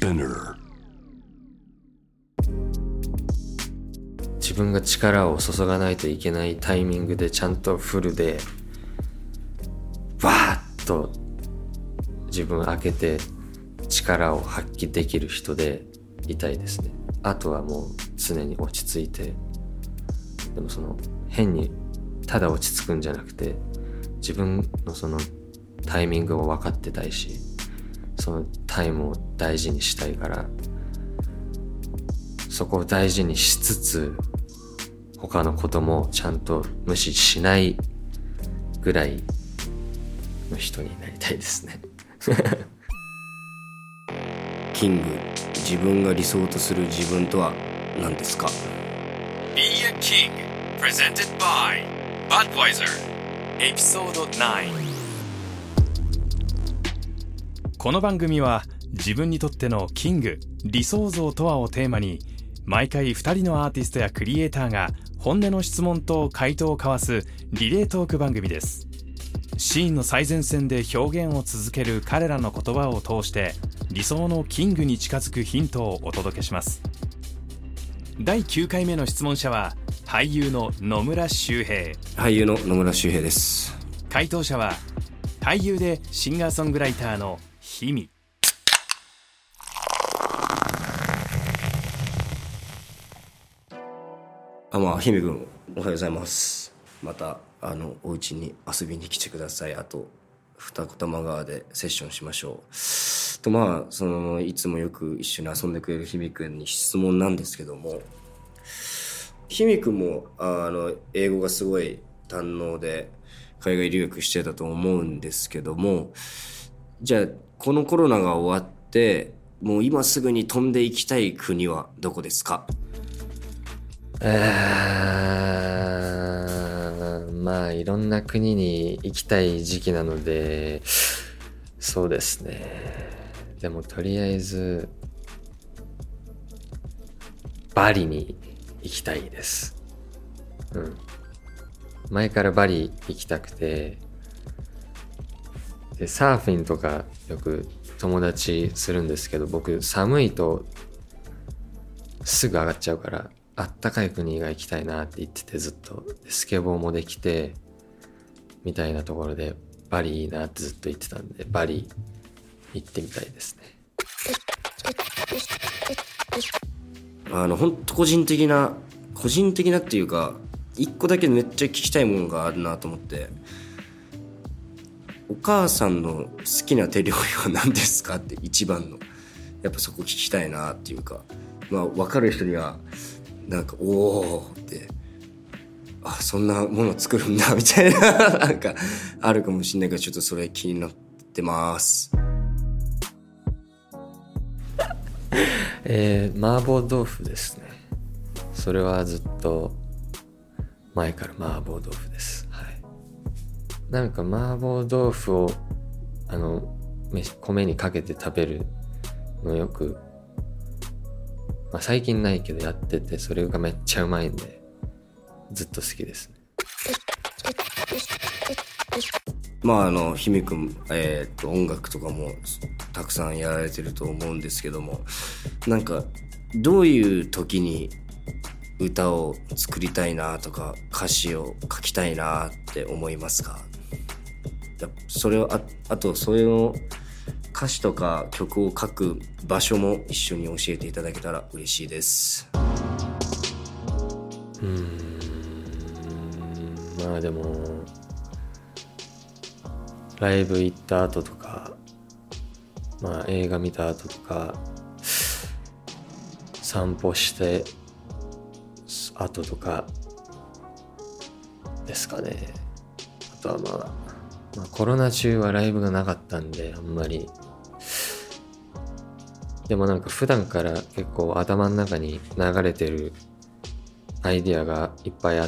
Spinner。 自分が力を注がないといけないタイミングでちゃんとフルでバーッと自分開けて力を発揮できる人でいたいですね。あとはもう常に落ち着いて、でもその変にただ落ち着くんじゃなくて、自分のそのタイミングを分かってたいし、そのタイムを大事にしたいから、そこを大事にしつつ他のこともちゃんと無視しないぐらいの人になりたいですね。 キング、自分が理想とする自分とは何ですか？ Be a King Presented by Budweiser エピソード9。この番組は自分にとってのキング、理想像とはをテーマに、毎回2人のアーティストやクリエイターが本音の質問と回答を交わすリレートーク番組です。シーンの最前線で表現を続ける彼らの言葉を通して理想のキングに近づくヒントをお届けします。第9回目の質問者は俳優の野村周平。 俳優の野村周平です。 回答者は俳優でシンガーソングライターのひみ。 ひみくん、おはようございます。またお家に遊びに来てください。あと二子玉川でセッションしましょう。といつもよく一緒に遊んでくれるひみくんに質問なんですけども、ひみくんも英語がすごい堪能で海外留学してたと思うんですけども、じゃあこのコロナが終わってもう今すぐに飛んでいきたい国はどこですか？ まあいろんな国に行きたい時期なので、そうですね。でもとりあえずバリに行きたいです。前からバリ行きたくて、でサーフィンとかよく友達するんですけど、僕寒いとすぐ上がっちゃうから、あったかい国が行きたいなって言ってて、ずっとスケボーもできてみたいなところでバリいいなってずっと言ってたんで、バリ行ってみたいですね。 本当個人的なっていうか、一個だけめっちゃ聞きたいものがあるなと思って、お母さんの好きな手料理は何ですかって一番の、やっぱそこ聞きたいなっていうか、分かる人にはなんかおーって、そんなもの作るんだみたいななんかあるかもしれないから、ちょっとそれ気になってます。 麻婆豆腐ですね。それはずっと前から麻婆豆腐です。はい。なんか麻婆豆腐を米にかけて食べるのよく、最近ないけどやってて、それがめっちゃうまいんでずっと好きですね。 ひみくん、音楽とかもたくさんやられてると思うんですけども、なんかどういう時に歌を作りたいなとか歌詞を書きたいなって思いますか？それをあとそれの歌詞とか曲を書く場所も一緒に教えていただけたら嬉しいです。 でもライブ行った後とか、映画見た後とか、散歩して後とかですかね。あとはコロナ中はライブがなかったんであんまり。でもなんか普段から結構頭の中に流れてるアイディアがいっぱいあって、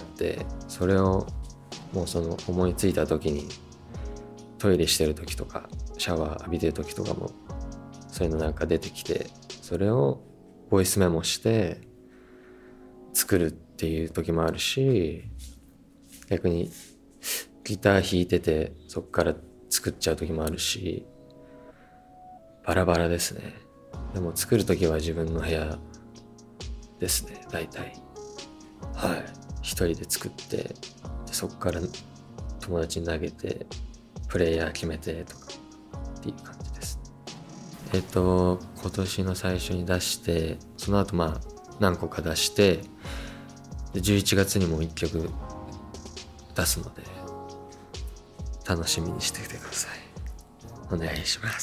それをもう思いついた時に、トイレしてる時とかシャワー浴びてる時とかもそういうのなんか出てきて、それをボイスメモして作るっていう時もあるし、逆にギター弾いててそっから作っちゃう時もあるし、バラバラですね。 でも作る時は自分の部屋ですね、大体。はい。一人で作って、でそこから友達に投げて、プレイヤー決めてとかっていう感じです。今年の最初に出して、その後何個か出して、で11月にも1曲出すので、楽しみにしてきてください。お願いします。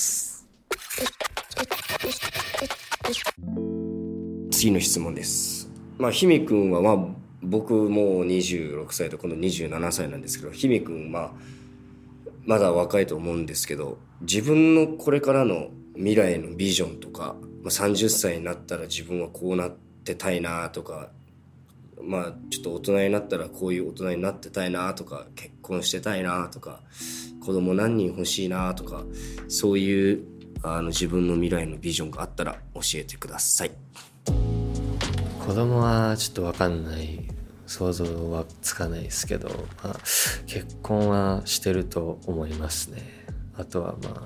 次の質問です。ひみくんは僕もう26歳と今度27歳なんですけど、ひみくんまだ若いと思うんですけど、自分のこれからの未来のビジョンとか、30歳になったら自分はこうなってたいなとか、ちょっと大人になったらこういう大人になってたいなとか、結婚してたいなとか、子供何人欲しいなとか、そういう自分の未来のビジョンがあったら教えてください。 子供はちょっと分かんない、想像はつかないですけど、結婚はしてると思いますね。あと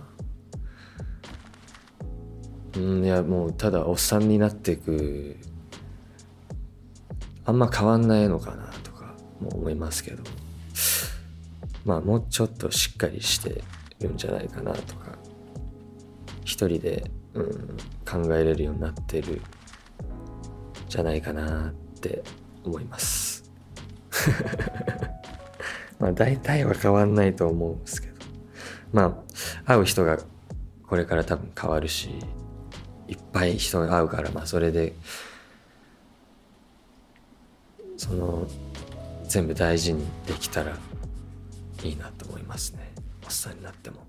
はいやもうただおっさんになっていく、あんま変わんないのかなとかも思いますけど、もうちょっとしっかりしてるんじゃないかなとか、一人で、考えれるようになってるじゃないかなって思います大体は変わんないと思うんですけど、会う人がこれから多分変わるし、いっぱい人が会うから、それで全部大事にできたらいいなと思いますね、おっさんになっても。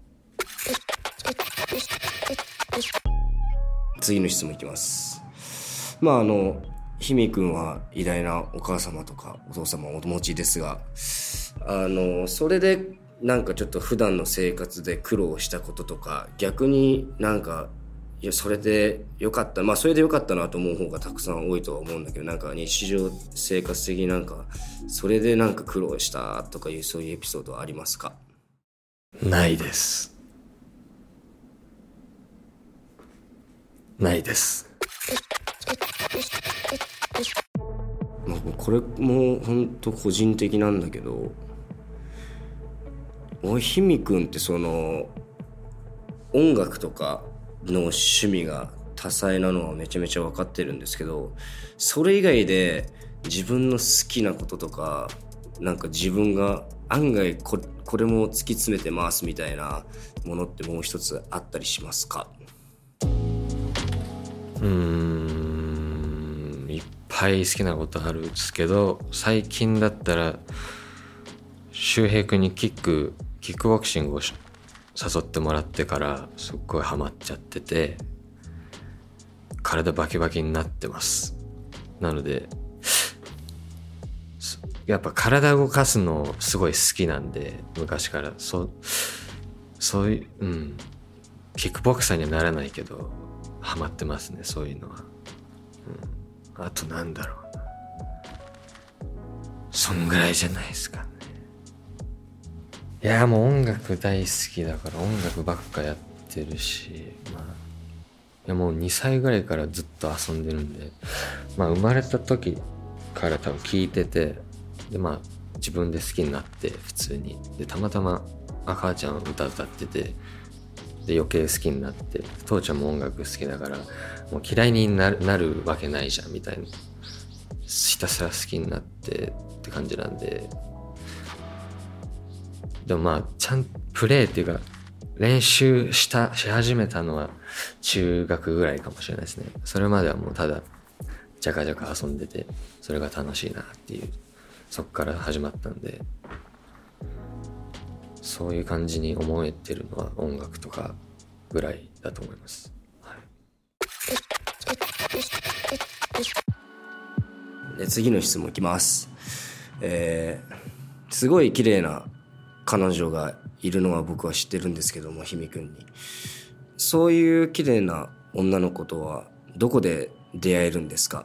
次の質問いきます。ひみくんは偉大なお母様とかお父様をお持ちですが、それでちょっと普段の生活で苦労したこととか、逆にいやそれでよかった、それでよかったなと思う方がたくさん多いとは思うんだけど、日常生活的にそれで苦労したとかいう、そういうエピソードはありますか？ ないです。ないです。 これも本当個人的なんだけど、ひみくんって音楽とかの趣味が多彩なのはめちゃめちゃ分かってるんですけど、それ以外で自分の好きなこととか、自分が案外これも突き詰めてますみたいなものってもう一つあったりしますか？ いっぱい好きなことあるんですけど、最近だったら周平君にキックボクシングを誘ってもらってからすっごいハマっちゃってて、体バキバキになってます。なのでやっぱ体動かすのすごい好きなんで、昔からそういう、キックボクサーにはならないけどハマってますね、そういうのは。あとなんだろうな、そんぐらいじゃないですかね。いやもう音楽大好きだから音楽ばっかやってるし、いやもう2歳ぐらいからずっと遊んでるんで、生まれた時から多分聴いてて、で自分で好きになって普通に、でたまたま母ちゃん歌ってて、で余計好きになって、父ちゃんも音楽好きだからもう嫌いになるわけないじゃんみたいな、ひたすら好きになってって感じなんで。でもちゃんプレーっていうか練習し始めたのは中学ぐらいかもしれないですね。それまではもうただジャカジャカ遊んでて、それが楽しいなっていう、そっから始まったんで、そういう感じに思えてるのは音楽とかぐらいだと思います、 で次の質問いきます。すごい綺麗な彼女がいるのは僕は知ってるんですけども、ひみくんにそういう綺麗な女の子とはどこで出会えるんですか？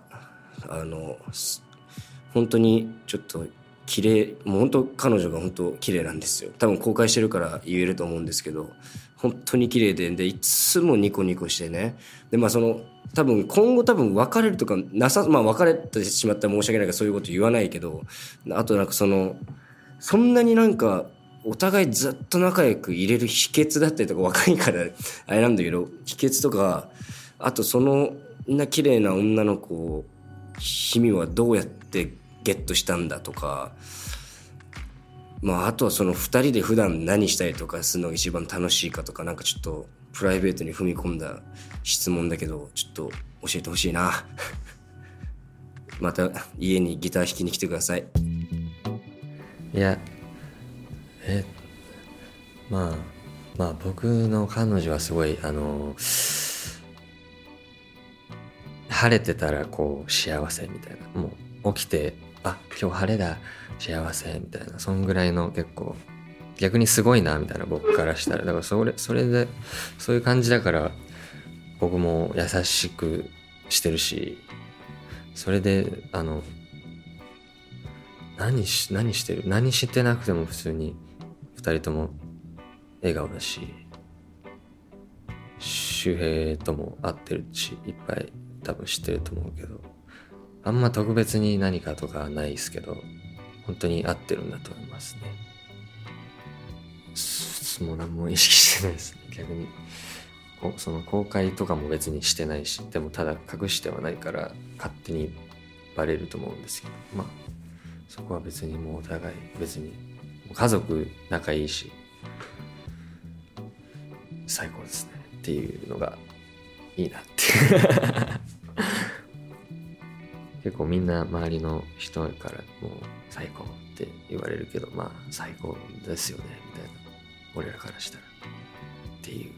本当にちょっと綺麗、もう本当彼女が本当綺麗なんですよ。多分公開してるから言えると思うんですけど、 本当に綺麗でいつもニコニコしてね。でまあ多分今後別れるとか別れてしまったら申し訳ないからそういうこと言わないけど、あとなんかそんなになんかお互いずっと仲良くいれる秘訣だったりとか、若いからあれなんだけど秘訣とか、あとみんな綺麗な女の子を君はどうやってゲットしたんだとか、あとは2人で普段何したりとかするのが一番楽しいかとか、なんかちょっとプライベートに踏み込んだ質問だけど、ちょっと教えてほしいなまた家にギター弾きに来てください。 いやまあ僕の彼女はすごい晴れてたらこう幸せみたいな、もう起きて今日晴れだ幸せみたいな、そんぐらいの結構逆にすごいなみたいな、僕からしたら。だからそれでそういう感じだから僕も優しくしてるし、それで何してなくても普通に2人とも笑顔だし、周平とも会ってるしいっぱい多分知ってると思うけど、あんま特別に何かとかはないですけど、本当に合ってるんだと思いますね。もう何も意識してないですね、逆に。公開とかも別にしてないし、でもただ隠してはないから勝手にバレると思うんですけど、そこは別にもうお互い別に家族仲いいし最高ですねっていうのがいいなって結構みんな周りの人からもう最高って言われるけど、最高ですよねみたいな、俺らからしたらっていう、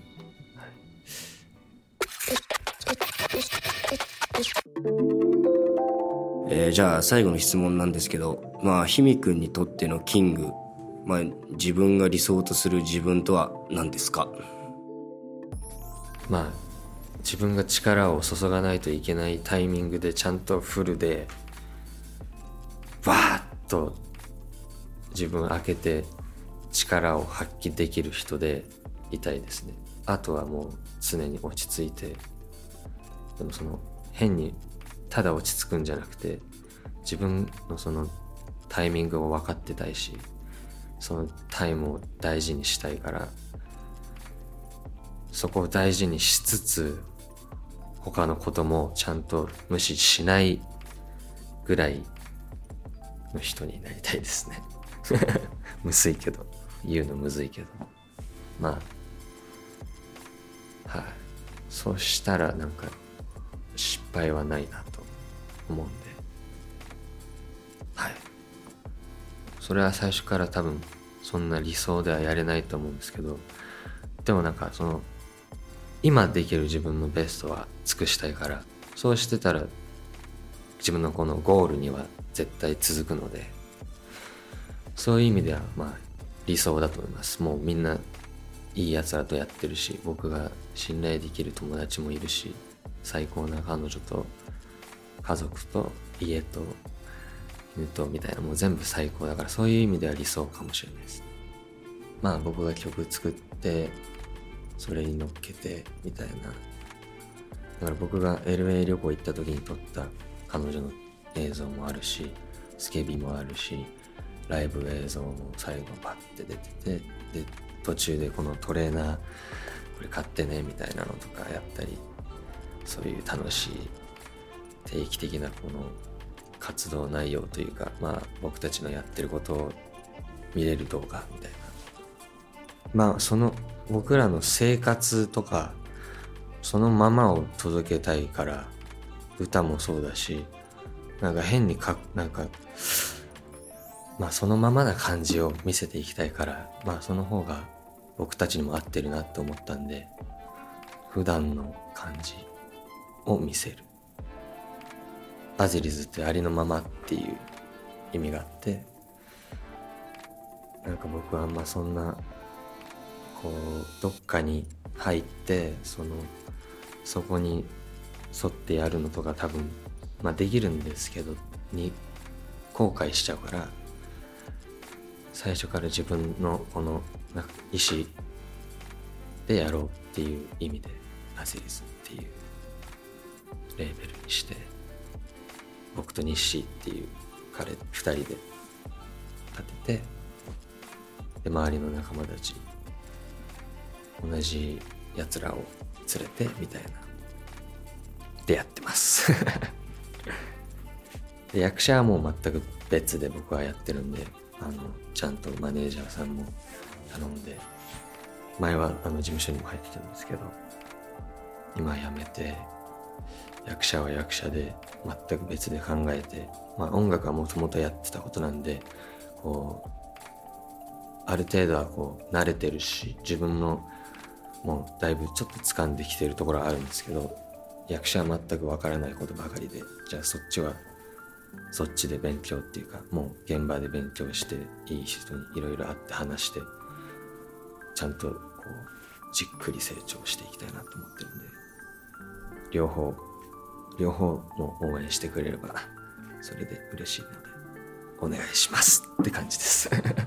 じゃあ最後の質問なんですけど、ひみくんにとってのキング、自分が理想とする自分とは何ですか？ 自分が力を注がないといけないタイミングでちゃんとフルでバーッと自分開けて力を発揮できる人でいたいですね。あとはもう常に落ち着いて、でも変にただ落ち着くんじゃなくて、自分のタイミングを分かってたいし、そのタイムを大事にしたいから、そこを大事にしつつ他のこともちゃんと無視しないぐらいの人になりたいですねむずいけど、言うのむずいけど、そうしたらなんか失敗はないなと思うんで、それは最初から多分そんな理想ではやれないと思うんですけど、でもなんか今できる自分のベストは尽くしたいから、そうしてたら自分のこのゴールには絶対続くので、そういう意味では理想だと思います。もうみんないい奴らとやってるし、僕が信頼できる友達もいるし、最高な彼女と家族と家と犬とみたいな、もう全部最高だから、そういう意味では理想かもしれないですね。僕が曲作ってそれに乗っけてみたいな。だから僕が LA 旅行行った時に撮った彼女の映像もあるし、スケビもあるし、ライブ映像も最後バッて出てて、で途中でこのトレーナーこれ買ってねみたいなのとかやったり、そういう楽しい定期的なこの活動内容というか、僕たちのやってることを見れる動画みたいな、僕らの生活とかそのままを届けたいから、歌もそうだし、なんか変にそのままな感じを見せていきたいから、その方が僕たちにも合ってるなって思ったんで、普段の感じを見せる。アジリズってありのままっていう意味があって、なんか僕はあんまそんなどっかに入ってそこに沿ってやるのとか多分できるんですけどに後悔しちゃうから、最初から自分のこの意思でやろうっていう意味でアゼリズっていうレーベルにして、僕とニッシーっていう彼2人で立てて、で周りの仲間たち同じやつらを連れてみたいなでやってますで役者はもう全く別で僕はやってるんで、ちゃんとマネージャーさんも頼んで、前は事務所にも入ってたんですけど、今辞めて役者は役者で全く別で考えて、音楽はもともとやってたことなんで、こうある程度はこう慣れてるし、自分のもうだいぶちょっと掴んできてるところはあるんですけど、役者は全くわからないことばかりで、じゃあそっちはそっちで勉強っていうか、もう現場で勉強して、いい人にいろいろ会って話して、ちゃんとこうじっくり成長していきたいなと思ってるんで、両方も応援してくれればそれで嬉しいのでお願いしますって感じです